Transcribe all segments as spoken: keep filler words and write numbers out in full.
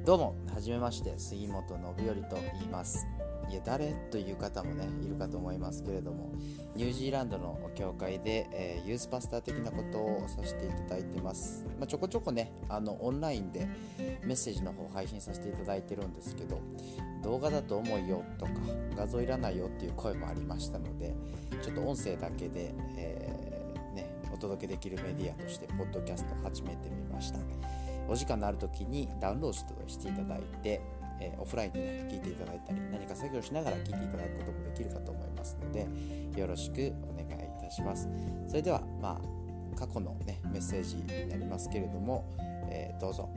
どうもはじめまして、杉本信頼と言います。いや誰という方もねいるかと思いますけれども、ニュージーランドの教会で、えー、ユースパスター的なことをさせていただいてます。まあ、ちょこちょこねあのオンラインでメッセージの方配信させていただいてるんですけど、動画だと重いよとか画像いらないよっていう声もありましたので、ちょっと音声だけで、えーね、お届けできるメディアとしてポッドキャストを始めてみました。お時間のある時にダウンロードしていただいて、えー、オフラインで、ね、聞いていただいたり、何か作業しながら聞いていただくこともできるかと思いますので、よろしくお願いいたします。それでは、まあ、過去の、ね、メッセージになりますけれども、えー、どうぞ。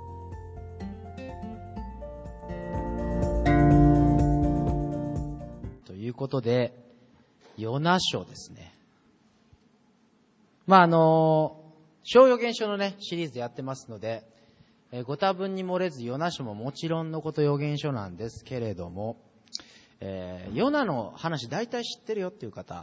ということで、ヨナ書ですね。まああの小予言書のねシリーズでやってますので、えー、ご多分に漏れずヨナ書ももちろんのこと予言書なんですけれども、えー、ヨナの話大体知ってるよっていう方、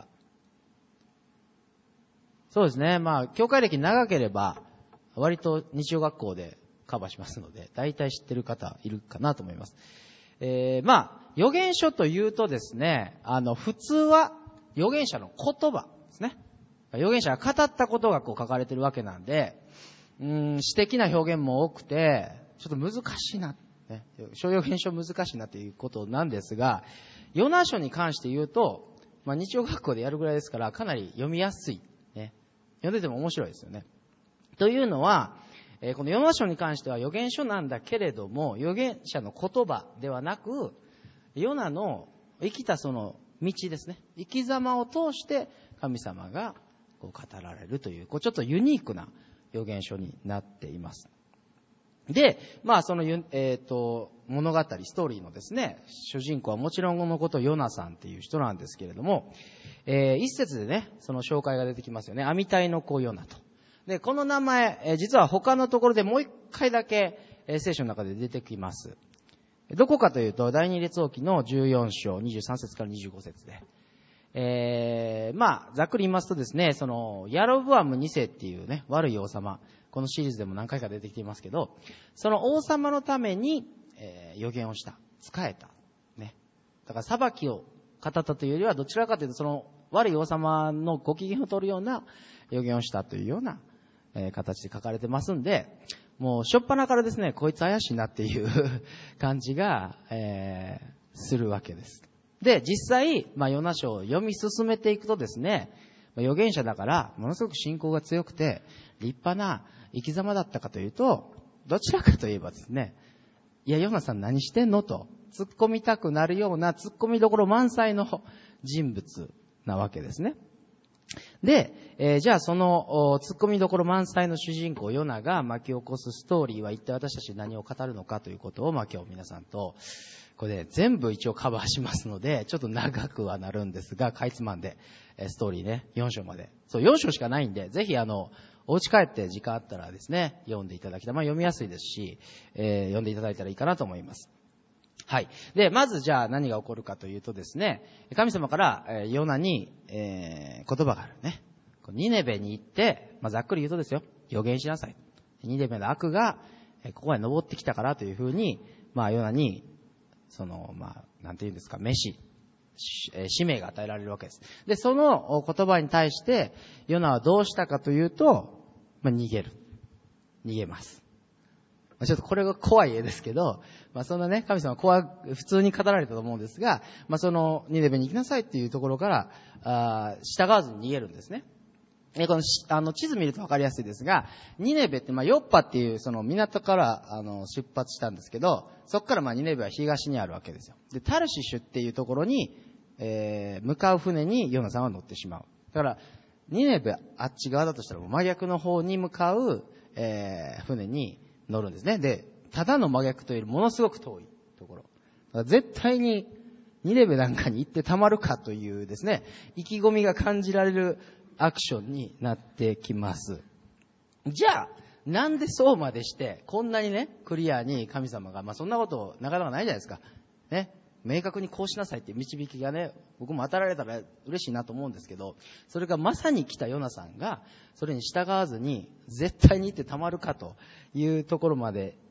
そうですね、まあ教会歴長ければ割と日曜学校でカバーしますので大体知ってる方いるかなと思います。えー、まあ予言書というとですね、あの普通は預言者の言葉ですね。預言者が語ったことがこう書かれてるわけなんで、うーん詩的な表現も多くてちょっと難しいな、ね、小預言書難しいなということなんですが、ヨナ書に関して言うと、まあ、日曜学校でやるぐらいですからかなり読みやすい、ね、読んでても面白いですよね。というのは、えー、このヨナ書に関しては預言書なんだけれども、預言者の言葉ではなくヨナの生きたその道ですね、生き様を通して神様がこう語られるという、こうちょっとユニークな預言書になっています。で、まあその、えーと、物語、ストーリーのですね、主人公はもちろんのことヨナさんっていう人なんですけれども、えー、一節でね、その紹介が出てきますよね。アミタイの子ヨナと。で、この名前、えー、実は他のところでもう一回だけ、えー、聖書の中で出てきます。どこかというと、第二列王記のじゅうよん章、にじゅうさん節からにじゅうご節で、えー、まあ、ざっくり言いますとですね、その、ヤロブアムに世っていうね、悪い王様、このシリーズでも何回か出てきていますけど、その王様のために、えー、予言をした。仕えた。ね。だから裁きを語ったというよりは、どちらかというと、その、悪い王様のご機嫌を取るような予言をしたというような、えー、形で書かれてますんで、もう、しょっぱなからですね、こいつ怪しいなっていう感じが、えー、するわけです。で、実際、まあ、ヨナ書を読み進めていくとですね、まあ、預言者だから、ものすごく信仰が強くて、立派な生き様だったかというと、どちらかといえばですね、いや、ヨナさん何してんのと、突っ込みたくなるような、突っ込みどころ満載の人物なわけですね。で、えー、じゃあその、突っ込みどころ満載の主人公ヨナが巻き起こすストーリーは一体私たち何を語るのかということを、まあ今日皆さんと、これ、ね、全部一応カバーしますので、ちょっと長くはなるんですが、かいつまんで、ストーリーね、よん章まで。そう、よん章しかないんで、ぜひあの、お家帰って時間あったらですね、読んでいただきたい。まあ読みやすいですし、えー、読んでいただいたらいいかなと思います。はい。で、まずじゃあ何が起こるかというとですね、神様から、えー、ヨナに、えー、言葉があるね。ニネベに行って、まあざっくり言うとですよ、予言しなさい。ニネベの悪が、えー、ここへ登ってきたからというふうに、まあヨナに、その、まあ、なんて言うんですか、召し、使命が与えられるわけです。で、その言葉に対して、ヨナはどうしたかというと、まあ、逃げる。逃げます。まあ、ちょっとこれが怖い絵ですけど、まあ、そんなね、神様は怖普通に語られたと思うんですが、まあ、その、ニネベに行きなさいっていうところから、あ従わずに逃げるんですね。えこのあの地図見ると分かりやすいですが、ニネベって、まあ、ヨッパっていうその港からあの出発したんですけど、そこからまあニネベは東にあるわけですよ。で、タルシシュっていうところに、えー、向かう船にヨナさんは乗ってしまう。だから、ニネベあっち側だとしたら真逆の方に向かう、えー、船に乗るんですね。で、ただの真逆というよりものすごく遠いところ。だから絶対にニネベなんかに行ってたまるかというですね、意気込みが感じられるアクションになってきます。じゃあ、なんでそうまでして、こんなにね、クリアに神様が、まあそんなことなかなかないじゃないですか。ね。明確にこうしなさいっていう導きがね、僕も与えられたら嬉しいなと思うんですけど、それがまさに来たヨナさんが、それに従わずに、絶対に行ってたまるかというところまで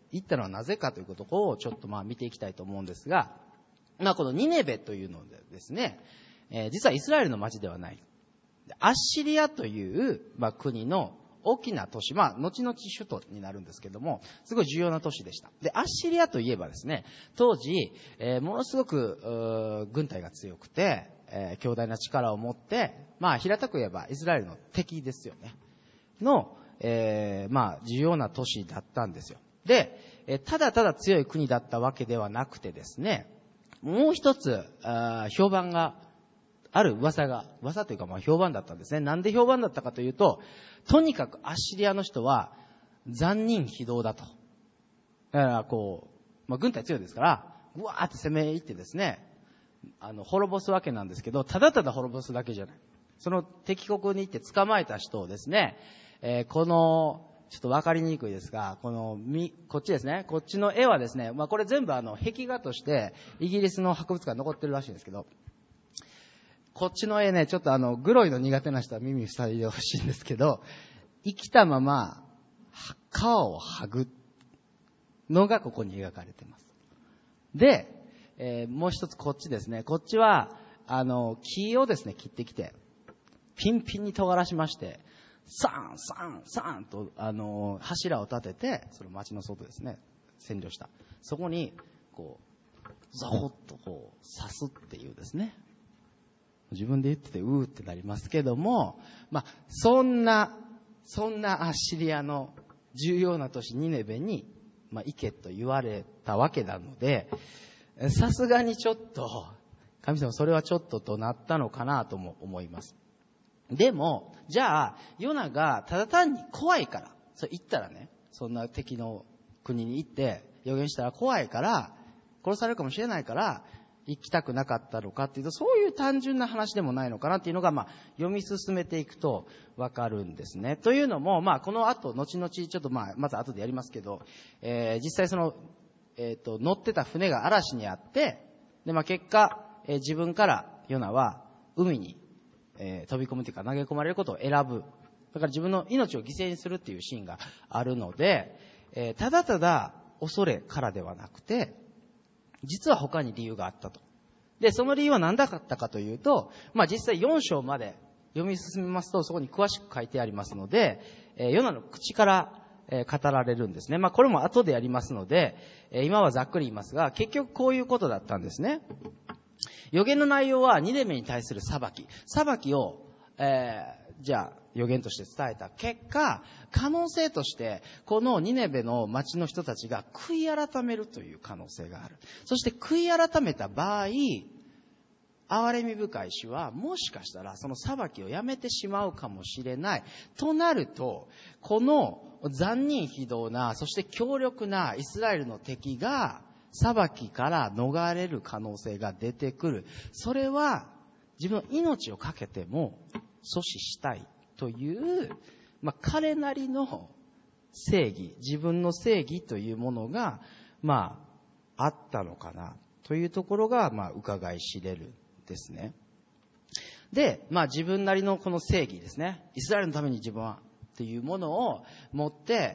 言ったのはなぜかということをちょっとまあ見ていきたいと思うんですが、まあこのニネベというのでですね、えー、実はイスラエルの町ではない。アッシリアという、まあ、国の大きな都市、まあ、後々首都になるんですけども、すごい重要な都市でした。で、アッシリアといえばですね、当時、えー、ものすごく、軍隊が強くて、えー、強大な力を持って、まあ、平たく言えばイスラエルの敵ですよね。の、えー、まあ、重要な都市だったんですよ。で、えー、ただただ強い国だったわけではなくてですね、もう一つ、あ評判が、ある噂が、噂というかまあ評判だったんですね。なんで評判だったかというと、とにかくアッシリアの人は残忍非道だと。だからこう、まあ軍隊強いですから、ぐわーって攻め入ってですね、あの、滅ぼすわけなんですけど、ただただ滅ぼすだけじゃない。その敵国に行って捕まえた人をですね、えー、この、ちょっとわかりにくいですが、この、み、こっちですね、こっちの絵はですね、まあこれ全部あの、壁画としてイギリスの博物館に残ってるらしいんですけど、こっちの絵ね、ちょっとあの、グロいの苦手な人は耳塞いでほしいんですけど、生きたまま、皮を剥ぐのがここに描かれています。で、えー、もう一つこっちですね。こっちは、あの、木をですね、切ってきて、ピンピンに尖らしまして、サーン、サーン、サーンと、あの、柱を立てて、その町の外ですね、占領した。そこに、こう、ザホッとこう、刺すっていうですね。自分で言っててうーってなりますけども、まあ、そんな、そんなアッシリアの重要な都市ニネベに、まあ、行けと言われたわけなので、さすがにちょっと、神様それはちょっととなったのかなとも思います。でも、じゃあ、ヨナがただ単に怖いから、そう言ったらね、そんな敵の国に行って予言したら怖いから、殺されるかもしれないから、行きたくなかったのかっていうと、そういう単純な話でもないのかなっていうのが、まあ、読み進めていくとわかるんですね。というのも、まあ、この後、後々、ちょっとまあ、まず後でやりますけど、えー、実際その、えっと、乗ってた船が嵐にあって、で、まあ、結果、えー、自分からヨナは海に、えー、飛び込むというか投げ込まれることを選ぶ。だから自分の命を犠牲にするっていうシーンがあるので、えー、ただただ恐れからではなくて、実は他に理由があったと。で、その理由は何だったかというと、まあ実際よん章まで読み進めますと、そこに詳しく書いてありますので、えー、ヨナの口から、えー、語られるんですね。まあこれも後でやりますので、えー、今はざっくり言いますが、結局こういうことだったんですね。予言の内容はニネベに対する裁き。裁きを、えー、じゃあ、予言として伝えた結果、可能性として、このニネベの町の人たちが悔い改めるという可能性がある。そして悔い改めた場合、憐れみ深い主は、もしかしたらその裁きをやめてしまうかもしれない。となると、この残忍非道な、そして強力なイスラエルの敵が、裁きから逃れる可能性が出てくる。それは、自分の命をかけても阻止したい。という、まあ、彼なりの正義、自分の正義というものが、まあ、あったのかな、というところが、まあ、伺い知れるですね。で、まあ、自分なりのこの正義ですね。イスラエルのために自分は、っていうものを持って、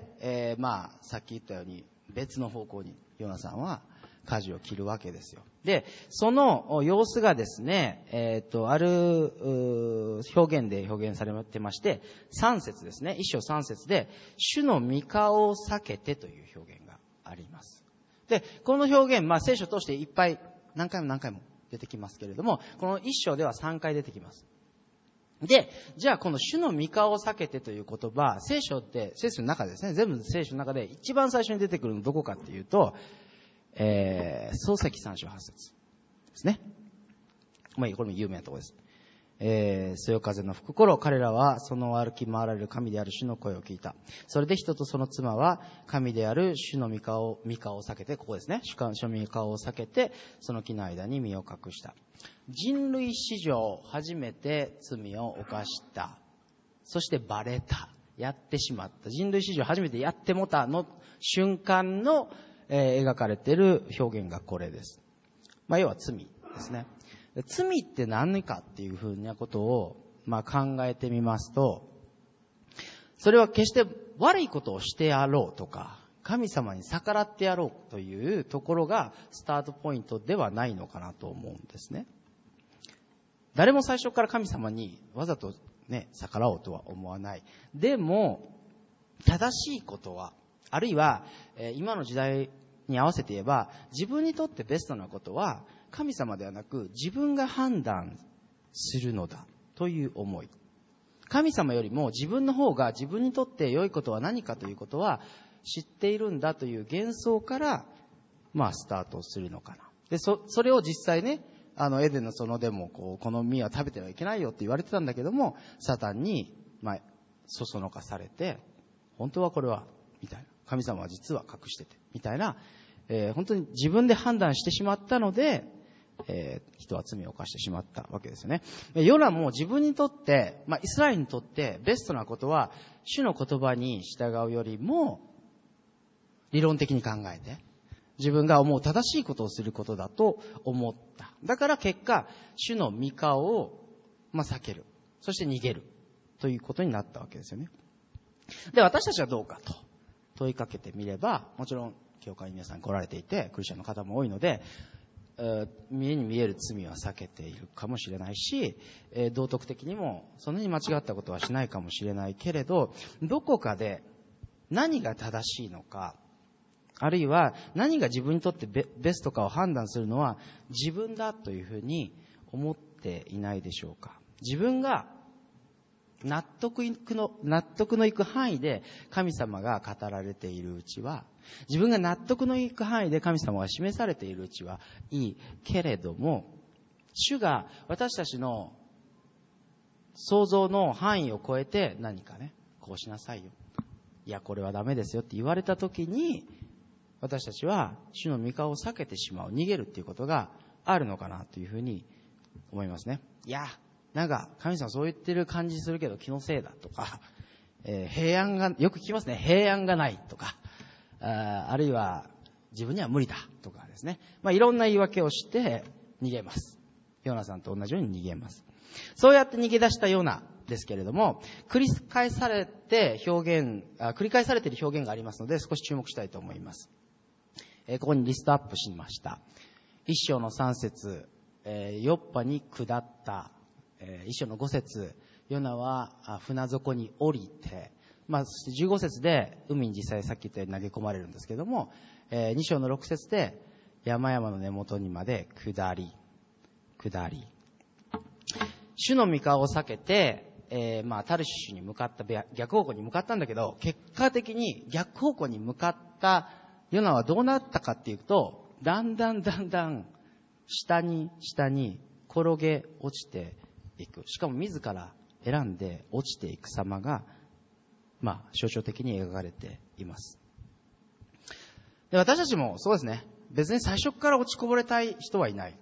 えー、まあ、さっき言ったように、別の方向に、ヨナさんは、舵を切るわけですよ。で、その様子がですね、えっと、ある表現で表現されてまして、さん節ですね、一章さん節で、主の御顔を避けてという表現があります。で、この表現、まあ聖書を通していっぱい、何回も何回も出てきますけれども、この一章ではさんかい出てきます。で、じゃあこの主の御顔を避けてという言葉、聖書って、聖書の中でですね、全部聖書の中で一番最初に出てくるのどこかっていうと、えー、創世記さん章はち節ですね。まあ、これも有名なところです。えー、そよ風の吹く頃、彼らはその歩き回られる神である主の声を聞いた。それで人とその妻は神である主の御顔、御顔を避けて、ここですね。主の御顔を避けて、その木の間に身を隠した。人類史上初めて罪を犯した。そしてバレた。やってしまった。人類史上初めてやってもたの瞬間のえー、描かれている表現がこれです。まあ、要は罪ですね。罪って何かっていうふうなことを、まあ、考えてみますと、それは決して悪いことをしてやろうとか、 神様に逆らってやろうというところがスタートポイントではないのかなと思うんですね。誰も最初から神様にわざとね、逆らおうとは思わない。でも、正しいことは、あるいは、えー、今の時代に合わせて言えば、自分にとってベストなことは、神様ではなく自分が判断するのだという思い。神様よりも自分の方が自分にとって良いことは何かということは知っているんだという幻想から、まあ、スタートするのかな。で、そ、それを実際ね、あの、エデンの園でも、こう、この実は食べてはいけないよって言われてたんだけども、サタンに、まあ、そそのかされて、本当はこれは、みたいな。神様は実は隠してて、みたいな、えー、本当に自分で判断してしまったので、えー、人は罪を犯してしまったわけですよね。ヨナも自分にとって、まあ、イスラエルにとってベストなことは、主の言葉に従うよりも、理論的に考えて、自分が思う正しいことをすることだと思った。だから結果、主の御顔を、まあ、避ける。そして逃げる。ということになったわけですよね。で、私たちはどうかと問いかけてみれば、もちろん、教会に皆さん来られていて、クリスチャンの方も多いので、目に見える罪は避けているかもしれないし、道徳的にもそんなに間違ったことはしないかもしれないけれど、どこかで何が正しいのか、あるいは何が自分にとってベストかを判断するのは自分だというふうに思っていないでしょうか。自分が納得いくの、納得のいく範囲で神様が語られているうちは、自分が納得のいく範囲で神様が示されているうちはいいけれども、主が私たちの想像の範囲を超えて何かね、こうしなさいよ。いや、これはダメですよって言われたときに、私たちは主の御顔を避けてしまう、逃げるっていうことがあるのかなというふうに思いますね。いや、なんか神様そう言ってる感じするけど気のせいだとか、えー、平安が、よく聞きますね、平安がないとか、あ, あるいは自分には無理だとかですね。まあいろんな言い訳をして逃げます。ヨナさんと同じように逃げます。そうやって逃げ出したヨナですけれども、繰り返されて表現、あ繰り返されている表現がありますので少し注目したいと思います。えー、ここにリストアップしました。一章の三節、えー、ヨッパに下った。えー、一章の五節、ヨナは船底に降りて、まあ、そしてじゅうご節で海に実際さっき言ったように投げ込まれるんですけども、えー、に章のろく節で山々の根元にまで下り、下り。主の御顔を避けて、えー、まあ、タルシシュに向かった、逆方向に向かったんだけど、結果的に逆方向に向かったヨナはどうなったかっていうと、だんだんだんだん下に下に転げ落ちていく。しかも自ら選んで落ちていく様が、まあ、象徴的に描かれています。で、私たちもそうですね。別に最初から落ちこぼれたい人はいない。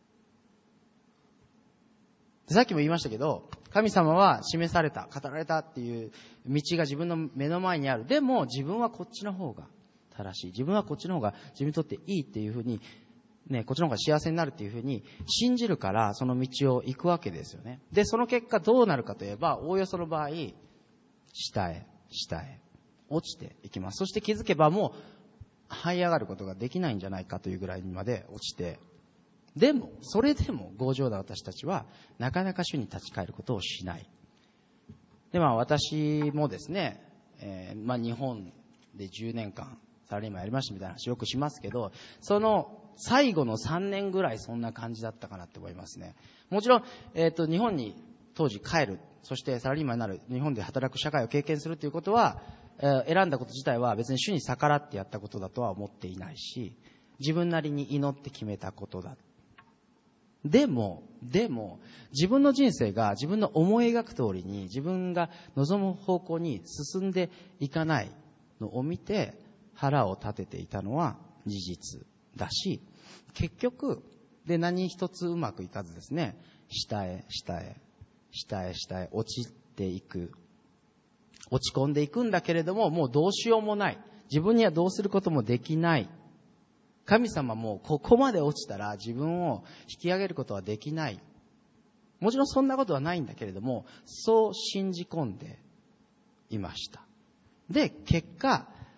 さっきも言いましたけど、神様は示された、語られたっていう道が自分の目の前にある。でも自分はこっちの方が正しい。自分はこっちの方が自分にとっていいっていうふうに、ね、こっちの方が幸せになるっていうふうに信じるからその道を行くわけですよね。で、その結果どうなるかといえば、おおよその場合、下へ、下へ、落ちていきます。そして気づけばもう、這い上がることができないんじゃないかというぐらいにまで落ちて、でも、それでも強情な私たちは、なかなか主に立ち返ることをしない。で、まあ私もですね、えー、まあ日本でじゅうねんかん、サラリーマンやりましたみたいな話よくしますけど、その最後のさんねんぐらいそんな感じだったかなって思いますね。もちろん、えっと、日本に当時帰る、そしてサラリーマンになる、日本で働く社会を経験するということは、えー、選んだこと自体は別に主に逆らってやったことだとは思っていないし、自分なりに祈って決めたことだ。でも、でも、自分の人生が自分の思い描く通りに自分が望む方向に進んでいかないのを見て腹を立てていたのは事実だし、結局、で何一つうまくいかずですね、下へ下へ、下へ下へ落ちていく。落ち込んでいくんだけれども、もうどうしようもない。自分にはどうすることもできない。神様もここまで落ちたら自分を引き上げることはできない。もちろんそんなことはないんだけれども、そう信じ込んでいました。で、結果、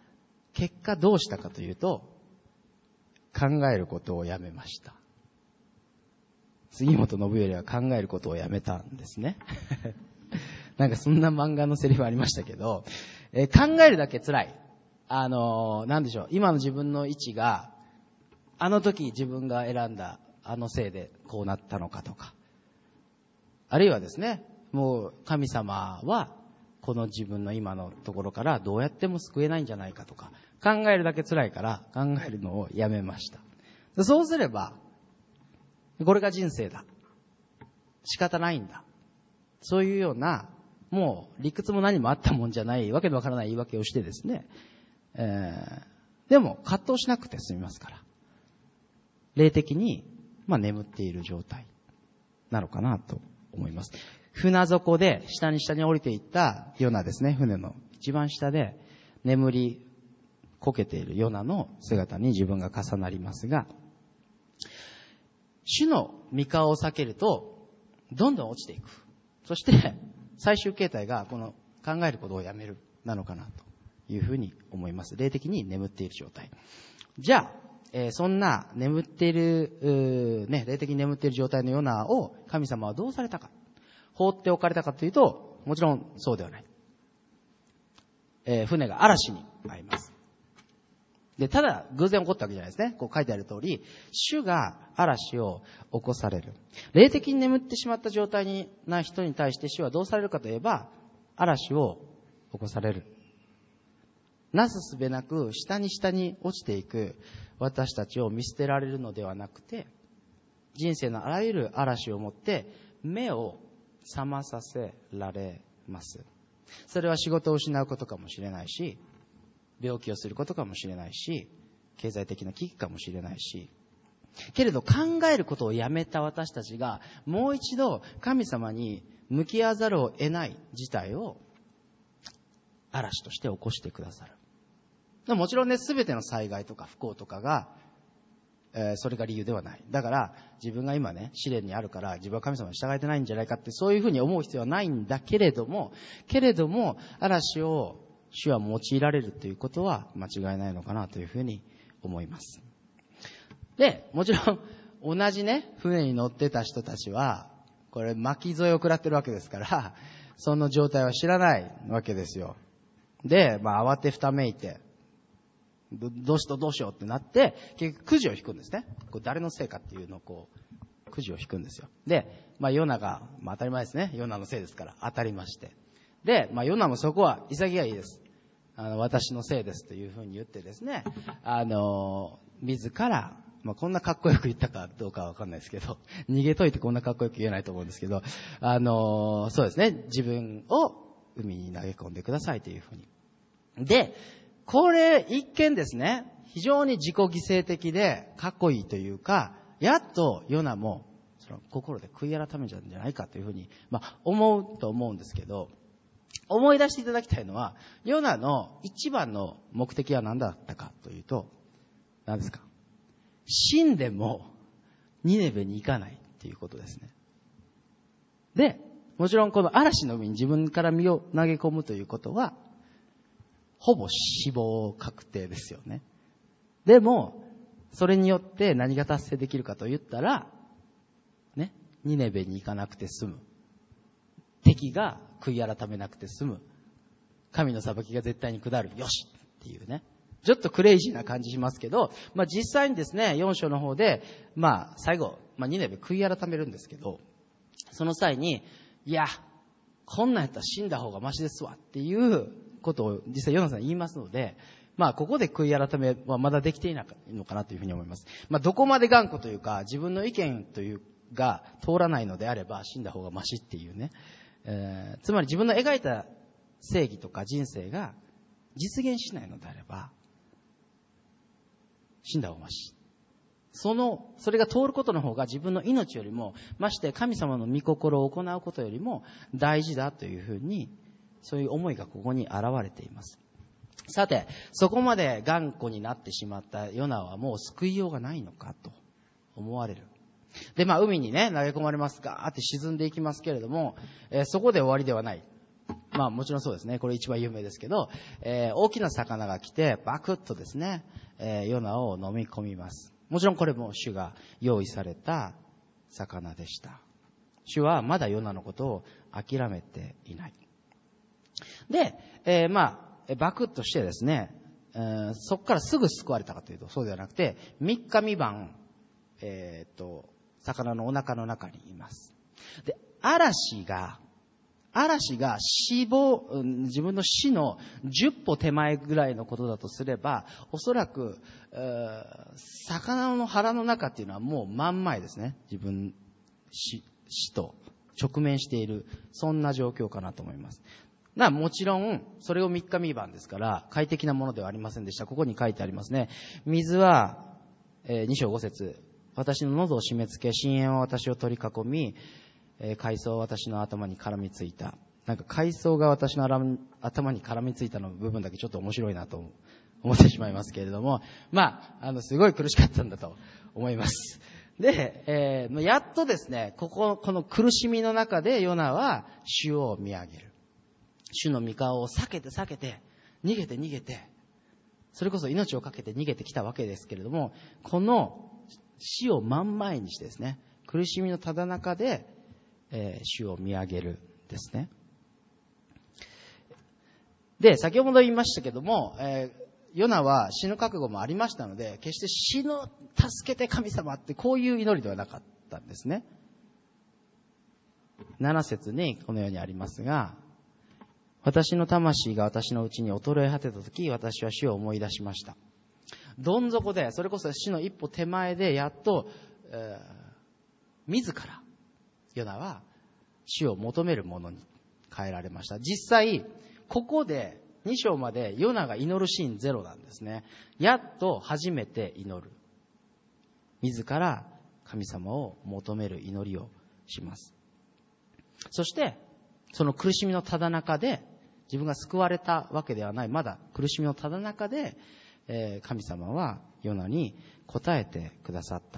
結果どうしたかというと、考えることをやめました。杉本信頼は考えることをやめたんですね。なんかそんな漫画のセリフありましたけど、えー、考えるだけ辛い。あのー、なんでしょう、今の自分の位置が、あの時自分が選んだあのせいでこうなったのかとか、あるいはですね、もう神様はこの自分の今のところからどうやっても救えないんじゃないかとか、考えるだけ辛いから考えるのをやめました。そうすれば、これが人生だ。仕方ないんだ。そういうような、もう理屈も何もあったもんじゃないわけのわからない言い訳をしてですね、えー、でも葛藤しなくて済みますから、霊的に、まあ、眠っている状態なのかなと思います。船底で下に下に降りていったヨナですね、船の一番下で眠りこけているヨナの姿に自分が重なりますが、主の御顔を避けるとどんどん落ちていく。そして最終形態がこの考えることをやめるなのかなというふうに思います。霊的に眠っている状態。じゃあ、えー、そんな眠っている、ね、霊的に眠っている状態のヨナを神様はどうされたか。放っておかれたかというと、もちろんそうではない。えー、船が嵐に遭います。で、ただ偶然起こったわけじゃないですね。こう書いてある通り、主が嵐を起こされる。霊的に眠ってしまった状態にな人に対して主はどうされるかといえば、嵐を起こされる。なすすべなく下に下に落ちていく私たちを見捨てられるのではなくて、人生のあらゆる嵐をもって目を覚まさせられます。それは仕事を失うことかもしれないし、病気をすることかもしれないし、経済的な危機かもしれないし、けれど考えることをやめた私たちがもう一度神様に向き合わざるを得ない事態を嵐として起こしてくださる。でももちろんね、すべての災害とか不幸とかが、えー、それが理由ではない。だから自分が今ね、試練にあるから自分は神様に従えてないんじゃないかって、そういうふうに思う必要はないんだけれども、けれども嵐を主は用いられるということは間違いないのかなというふうに思います。で、もちろん同じね、船に乗ってた人たちはこれ巻き添えを食らってるわけですから、その状態は知らないわけですよ。で、まあ慌てふためいて、ど, どうしようどうしようってなって、結局くじを引くんですね。これ誰のせいかっていうのをこう、くじを引くんですよ。で、まあヨナが、まあ当たり前ですね。ヨナのせいですから当たりまして。で、まあヨナもそこは潔いです。あの、私のせいですというふうに言ってですね、あの、自ら、まあこんなかっこよく言ったかどうかはわかんないですけど、逃げといてこんなかっこよく言えないと思うんですけど、あの、そうですね、自分を海に投げ込んでくださいというふうに。で、これ一見ですね、非常に自己犠牲的でかっこいいというか、やっとヨナもその心で悔い改めちゃうんじゃないかというふうに、まあ、思うと思うんですけど、思い出していただきたいのは、ヨナの一番の目的は何だったかというと、何ですか？死んでもニネベに行かないっていうことですね。で、もちろんこの嵐の海に自分から身を投げ込むということは、ほぼ死亡確定ですよね。でも、それによって何が達成できるかと言ったら、ね、ニネベに行かなくて済む。敵が悔い改めなくて済む。神の裁きが絶対に下る。よしっていうね。ちょっとクレイジーな感じしますけど、まあ実際にですね、よん章の方で、まあ最後、まあニネベ悔い改めるんですけど、その際に、いや、こんなんやったら死んだ方がマシですわっていうことを実際ヨナさん言いますので、まあここで悔い改めはまだできていないのかなというふうに思います。まあどこまで頑固というか自分の意見というが通らないのであれば死んだ方がマシっていうね、えー、つまり自分の描いた正義とか人生が実現しないのであれば死んだ方がマシ。その、それが通ることの方が自分の命よりも、まして神様の御心を行うことよりも大事だというふうに、そういう思いがここに現れています。さて、そこまで頑固になってしまったヨナはもう救いようがないのかと思われる。で、まあ海にね、投げ込まれますがーって沈んでいきますけれども、えー、そこで終わりではない。 まあもちろんそうですね。これ一番有名ですけど、えー、大きな魚が来て、バクッとですね、えー、ヨナを飲み込みます。もちろんこれも主が用意された魚でした。主はまだヨナのことを諦めていない。で、えー、まあ、バクッとしてですね、えー、そこからすぐ救われたかというと、そうではなくて、みっかみばん、えー、っと、魚のお腹の中にいます。で、嵐が、嵐が死亡、自分の死のじゅっぽ手前ぐらいのことだとすれば、おそらく、魚の腹の中っていうのはもう真ん前ですね。自分、死、死と直面している、そんな状況かなと思います。なもちろん、それをみっかみばんですから、快適なものではありませんでした。ここに書いてありますね。水は、えー、に章ご節。私の喉を締め付け、深淵は私を取り囲み、えー、海藻は私の頭に絡みついた。なんか海藻が私の頭に絡みついたの部分だけちょっと面白いなと思ってしまいますけれども、まあ、あの、すごい苦しかったんだと思います。で、えー、やっとですね、ここ、この苦しみの中でヨナは主を見上げる。主の御顔を避けて避けて、逃げて逃げて、それこそ命をかけて逃げてきたわけですけれども、この死を真ん前にしてですね、苦しみのただ中で、えー、主を見上げるですね。で、先ほど言いましたけども、えー、ヨナは死ぬ覚悟もありましたので、決して死の助けて神様ってこういう祈りではなかったんですね。なな節にこのようにありますが、私の魂が私のうちに衰え果てたとき、私は主を思い出しました。どん底で、それこそ死の一歩手前で、やっと、えー、自ら、ヨナは主を求めるものに変えられました。実際、ここでに章までヨナが祈るシーンゼロなんですね。やっと初めて祈る。自ら神様を求める祈りをします。そして、その苦しみのただ中で、自分が救われたわけではない、まだ苦しみのただ中で、えー、神様はヨナに答えてくださった。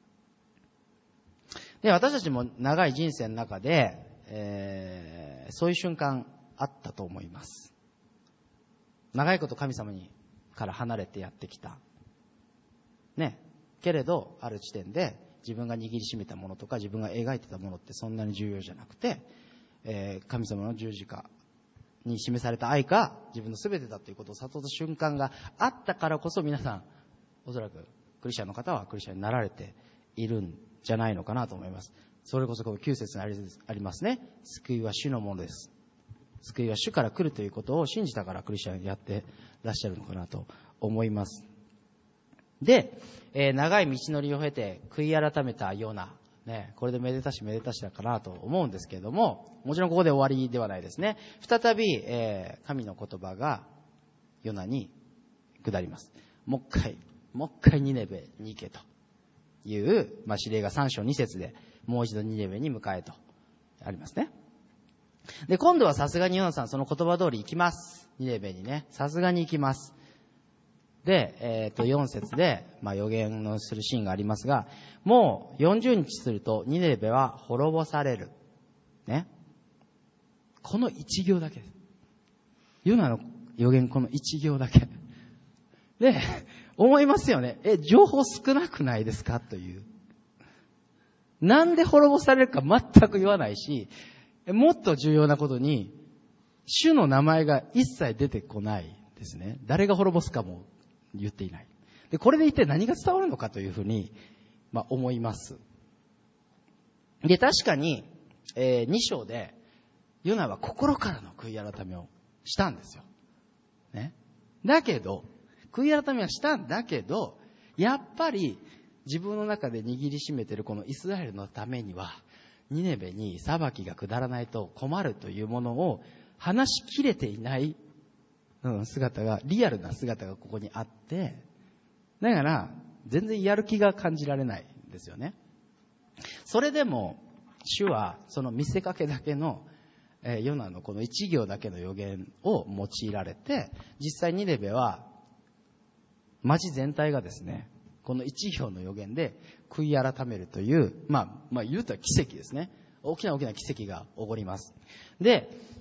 で、私たちも長い人生の中で、えー、そういう瞬間あったと思います。長いこと神様にから離れてやってきた。ね。けれど、ある地点で自分が握りしめたものとか自分が描いてたものってそんなに重要じゃなくて、えー、神様の十字架に示された愛が自分の全てだということを悟った瞬間があったからこそ、皆さんおそらくクリスチャンの方はクリスチャンになられているんじゃないのかなと思います。それこそこのきゅう節にありますね。救いは主のものです。救いは主から来るということを信じたからクリスチャンやってらっしゃるのかなと思います。で、えー、長い道のりを経て悔い改めたヨナ、ね、これでめでたしめでたしだかなと思うんですけれども、もちろんここで終わりではないですね。再び、えー、神の言葉がヨナに下ります。もう一回、もう一回ニネベに行けという、まあ、指令がさん章に節でもう一度ニネベに向かえとありますね。で、今度はさすがにヨナさんその言葉通り行きます。ニネベにね、さすがに行きます。で、えっと、よん節で、まあ、予言のするシーンがありますが、もうよんじゅうにちするとニネベは滅ぼされる。ね。この一行だけです。ヨナの予言この一行だけ。で、思いますよね。え、情報少なくないですかという。なんで滅ぼされるか全く言わないし、もっと重要なことに、主の名前が一切出てこないですね。誰が滅ぼすかも言っていない。で、これで一体何が伝わるのかというふうに、まあ、思います。で、確かに、えー、に章で、ヨナは心からの悔い改めをしたんですよ。ね。だけど、悔い改めはしたんだけど、やっぱり自分の中で握りしめているこのイスラエルのためには、ニネベに裁きが下らないと困るというものを話しきれていない姿が、リアルな姿がここにあって、だから全然やる気が感じられないんですよね。それでも主はその見せかけだけの、えー、ヨナのこの一行だけの予言を用いられて、実際ニネベは町全体がですね、この一行の予言で悔い改めるという、まあ、まあ言うとは奇跡ですね。大きな大きな奇跡が起こります。で、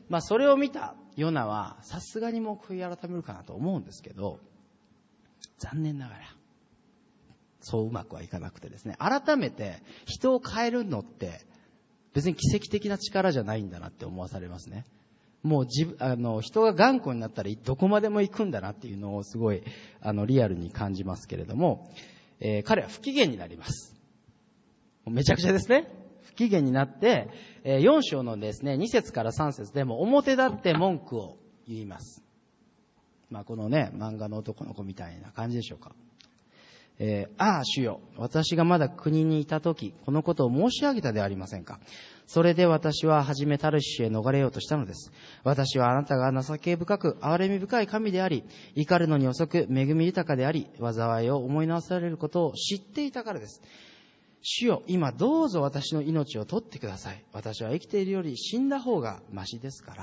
まあそれを見たヨナはさすがにもう悔い改めるかなと思うんですけど、残念ながらそううまくはいかなくてですね、改めて人を変えるのって別に奇跡的な力じゃないんだなって思わされますね。もう自分、あの、人が頑固になったらどこまでも行くんだなっていうのをすごい、あの、リアルに感じますけれども、えー、彼は不機嫌になります。めちゃくちゃですね。不機嫌になって、えー、よん章のですね、に節からさん節でも表立って文句を言います。まあ、このね、漫画の男の子みたいな感じでしょうか。えー、ああ、主よ、私がまだ国にいたとき、このことを申し上げたではありませんか。それで私ははじめタルシュへ逃れようとしたのです。私はあなたが情け深く、憐れみ深い神であり、怒るのに遅く、恵み豊かであり、災いを思い直されることを知っていたからです。主よ、今どうぞ私の命を取ってください。私は生きているより死んだ方がましですから。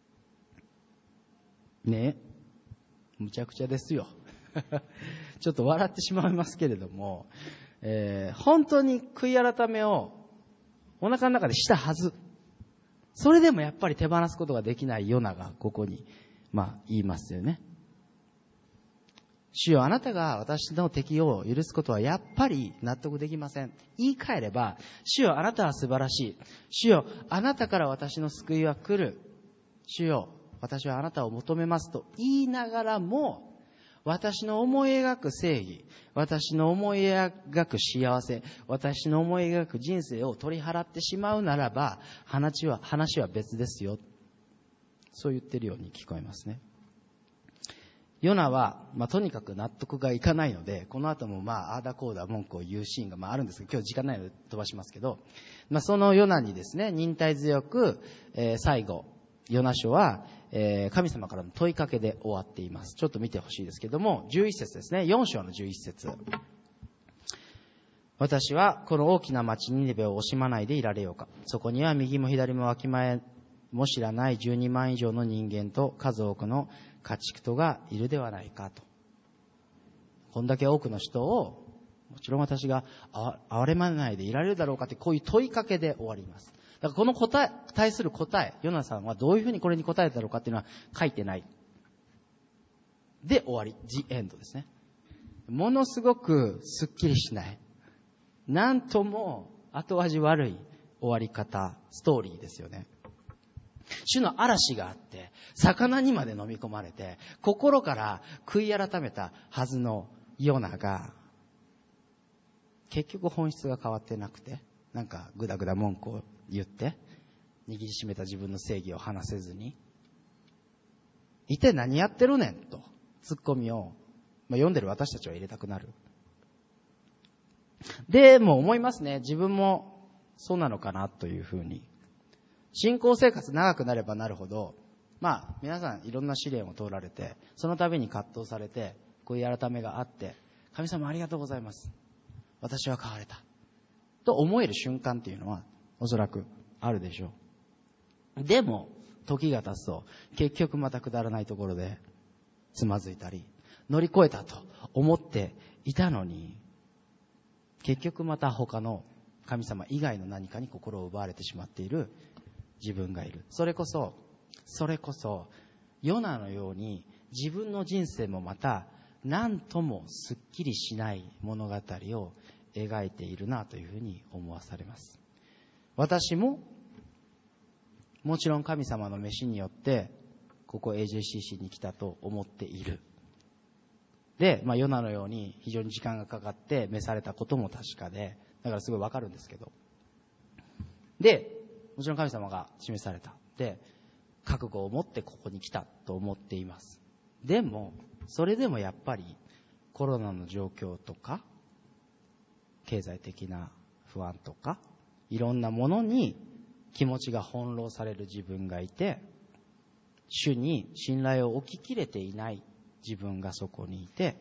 ねえ、むちゃくちゃですよ。ちょっと笑ってしまいますけれども、えー、本当に悔い改めをお腹の中でしたはず。それでもやっぱり手放すことができないヨナがここに、まあ言いますよね。主よ、あなたが私の敵を許すことはやっぱり納得できません。言い換えれば、主よ、あなたは素晴らしい。主よ、あなたから私の救いは来る。主よ、私はあなたを求めますと言いながらも、私の思い描く正義、私の思い描く幸せ、私の思い描く人生を取り払ってしまうならば、話は、話は別ですよ。そう言ってるように聞こえますね。ヨナは、まあ、とにかく納得がいかないので、この後もまあ、あーだこーだ文句を言うシーンがまああるんですけど、今日時間ないので飛ばしますけど、まあ、そのヨナにですね、忍耐強く、えー、最後、ヨナ書は、えー、神様からの問いかけで終わっています。ちょっと見てほしいですけども、じゅういっ節ですね。よん章のじゅういっ節。私はこの大きな町ニネベを惜しまないでいられようか。そこには右も左も脇前も知らないじゅうにまん以上の人間と数多くの家畜とがいるではないかと。こんだけ多くの人を、もちろん私が憐れまないでいられるだろうかって、こういう問いかけで終わります。だからこの答え、対する答え、ヨナさんはどういうふうにこれに答えたのかっていうのは書いてない。で終わり。ジエンドですね。ものすごくスッキリしない。なんとも後味悪い終わり方、ストーリーですよね。主の嵐があって、魚にまで飲み込まれて、心から悔い改めたはずのヨナが、結局本質が変わってなくて、なんかグダグダ文句を言って、握りしめた自分の正義を話せずに、一体何やってるねんと、ツッコミを、まあ、読んでる私たちは入れたくなる。でも思いますね。自分もそうなのかなというふうに。信仰生活長くなればなるほど、まあ皆さんいろんな試練を通られて、その度に葛藤されて、悔い改めがあって、神様ありがとうございます。私は変われた。と思える瞬間っていうのはおそらくあるでしょう。でも時が経つと結局またくだらないところでつまずいたり、乗り越えたと思っていたのに、結局また他の神様以外の何かに心を奪われてしまっている自分がいる。それこそそれこそヨナのように自分の人生もまた何ともすっきりしない物語を描いているなというふうに思わされます。私ももちろん神様の召しによってここ エージェーシーシー に来たと思っている。で、まあ、ヨナのように非常に時間がかかって召されたことも確かで、だからすごいわかるんですけど、でもちろん神様が示された。で、覚悟を持ってここに来たと思っています。でもそれでもやっぱりコロナの状況とか経済的な不安とかいろんなものに気持ちが翻弄される自分がいて、主に信頼を置ききれていない自分がそこにいて、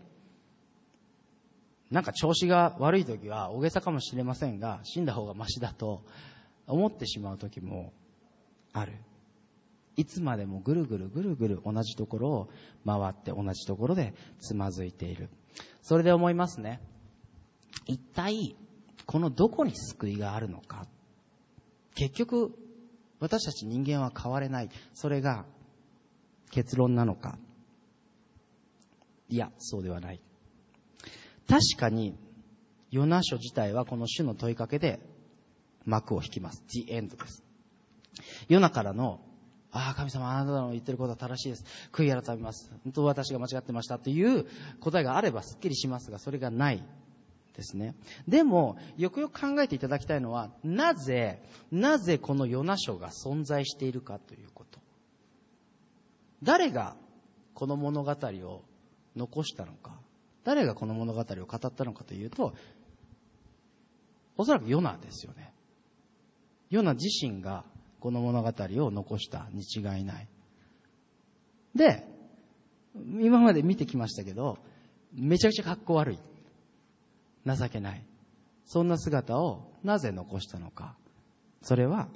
なんか調子が悪い時は大げさかもしれませんが、死んだ方がマシだと思ってしまう時もある。いつまでもぐるぐるぐるぐる同じところを回って同じところでつまずいている。それで思いますね。一体このどこに救いがあるのか。結局私たち人間は変われない。それが結論なのか。いや、そうではない。確かに、ヨナ書自体はこの主の問いかけで幕を引きます。The end です。ヨナからの、ああ、神様、あなたの言ってることは正しいです。悔い改めます。本当私が間違ってましたという答えがあればすっきりしますが、それがないですね。でも、よくよく考えていただきたいのは、なぜ、なぜこのヨナ書が存在しているかということ。誰がこの物語を残したのか。誰がこの物語を語ったのかというと、おそらくヨナですよね。ヨナ自身がこの物語を残したに違いない。で、今まで見てきましたけど、めちゃくちゃ格好悪い。情けない。そんな姿をなぜ残したのか。それは、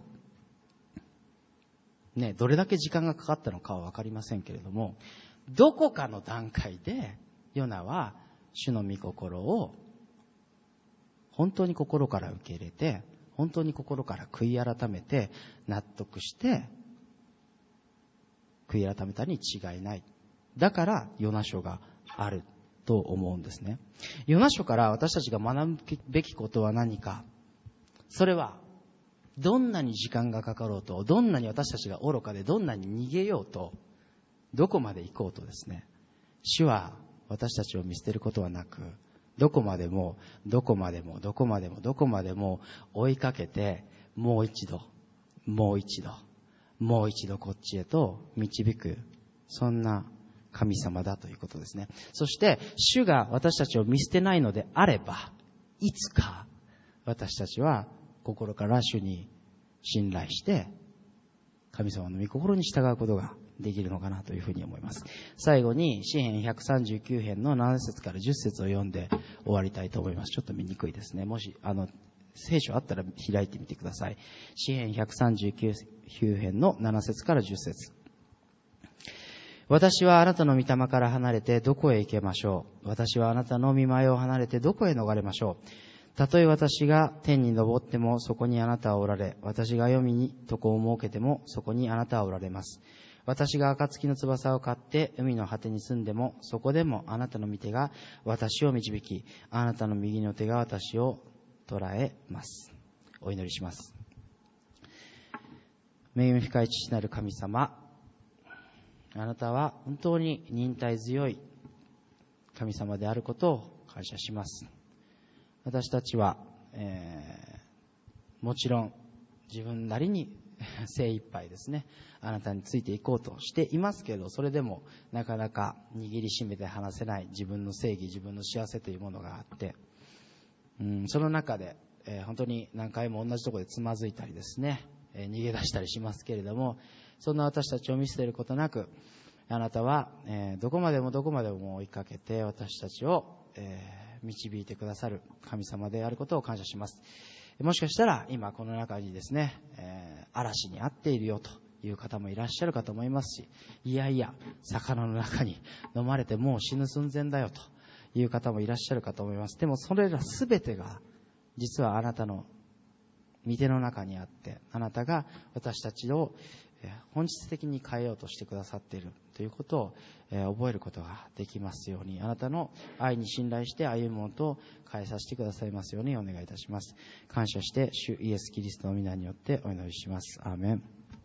ね、どれだけ時間がかかったのかはわかりませんけれども、どこかの段階で、ヨナは主の御心を本当に心から受け入れて、本当に心から悔い改めて納得して悔い改めたに違いない。だからヨナ書があると思うんですね。ヨナ書から私たちが学ぶべきことは何か。それはどんなに時間がかかろうと、どんなに私たちが愚かでどんなに逃げようと、どこまで行こうとですね、主は私たちを見捨てることはなく、どこまでもどこまでもどこまでもどこまでも追いかけて、もう一度もう一度もう一度こっちへと導く、そんな神様だということですね。そして主が私たちを見捨てないのであれば、いつか私たちは心から主に信頼して神様の御心に従うことができるのかなというふうに思います。最後に詩編ひゃくさんじゅうきゅう編のなな節からじゅっ節を読んで終わりたいと思います。ちょっと見にくいですね。もしあの聖書あったら開いてみてください。詩編ひゃくさんじゅうきゅう編のなな節からじゅっ節。私はあなたの御霊から離れてどこへ行けましょう。私はあなたの御前を離れてどこへ逃れましょう。たとえ私が天に昇ってもそこにあなたはおられ、私が黄泉に床を設けてもそこにあなたはおられます。私が暁の翼を買って海の果てに住んでも、そこでもあなたの御手が私を導き、あなたの右の手が私を捉えます。お祈りします。恵み深い父なる神様、あなたは本当に忍耐強い神様であることを感謝します。私たちは、えー、もちろん自分なりに精一杯ですね、あなたについていこうとしていますけど、それでもなかなか握りしめて離せない自分の正義、自分の幸せというものがあって、うん、その中で、えー、本当に何回も同じところでつまずいたりですね、えー、逃げ出したりしますけれども、そんな私たちを見捨てることなく、あなたは、えー、どこまでもどこまでも追いかけて私たちを、えー導いてくださる神様であることを感謝します。もしかしたら今この中にですね、えー、嵐に遭っているよという方もいらっしゃるかと思いますし、いやいや魚の中に飲まれてもう死ぬ寸前だよという方もいらっしゃるかと思います。でもそれらすべてが実はあなたの御手の中にあって、あなたが私たちを本質的に変えようとしてくださっているということを、えー、覚えることができますように、あなたの愛に信頼して歩むものと変えさせてくださいますようにお願いいたします。感謝して主イエスキリストの皆によってお祈りします。アーメン。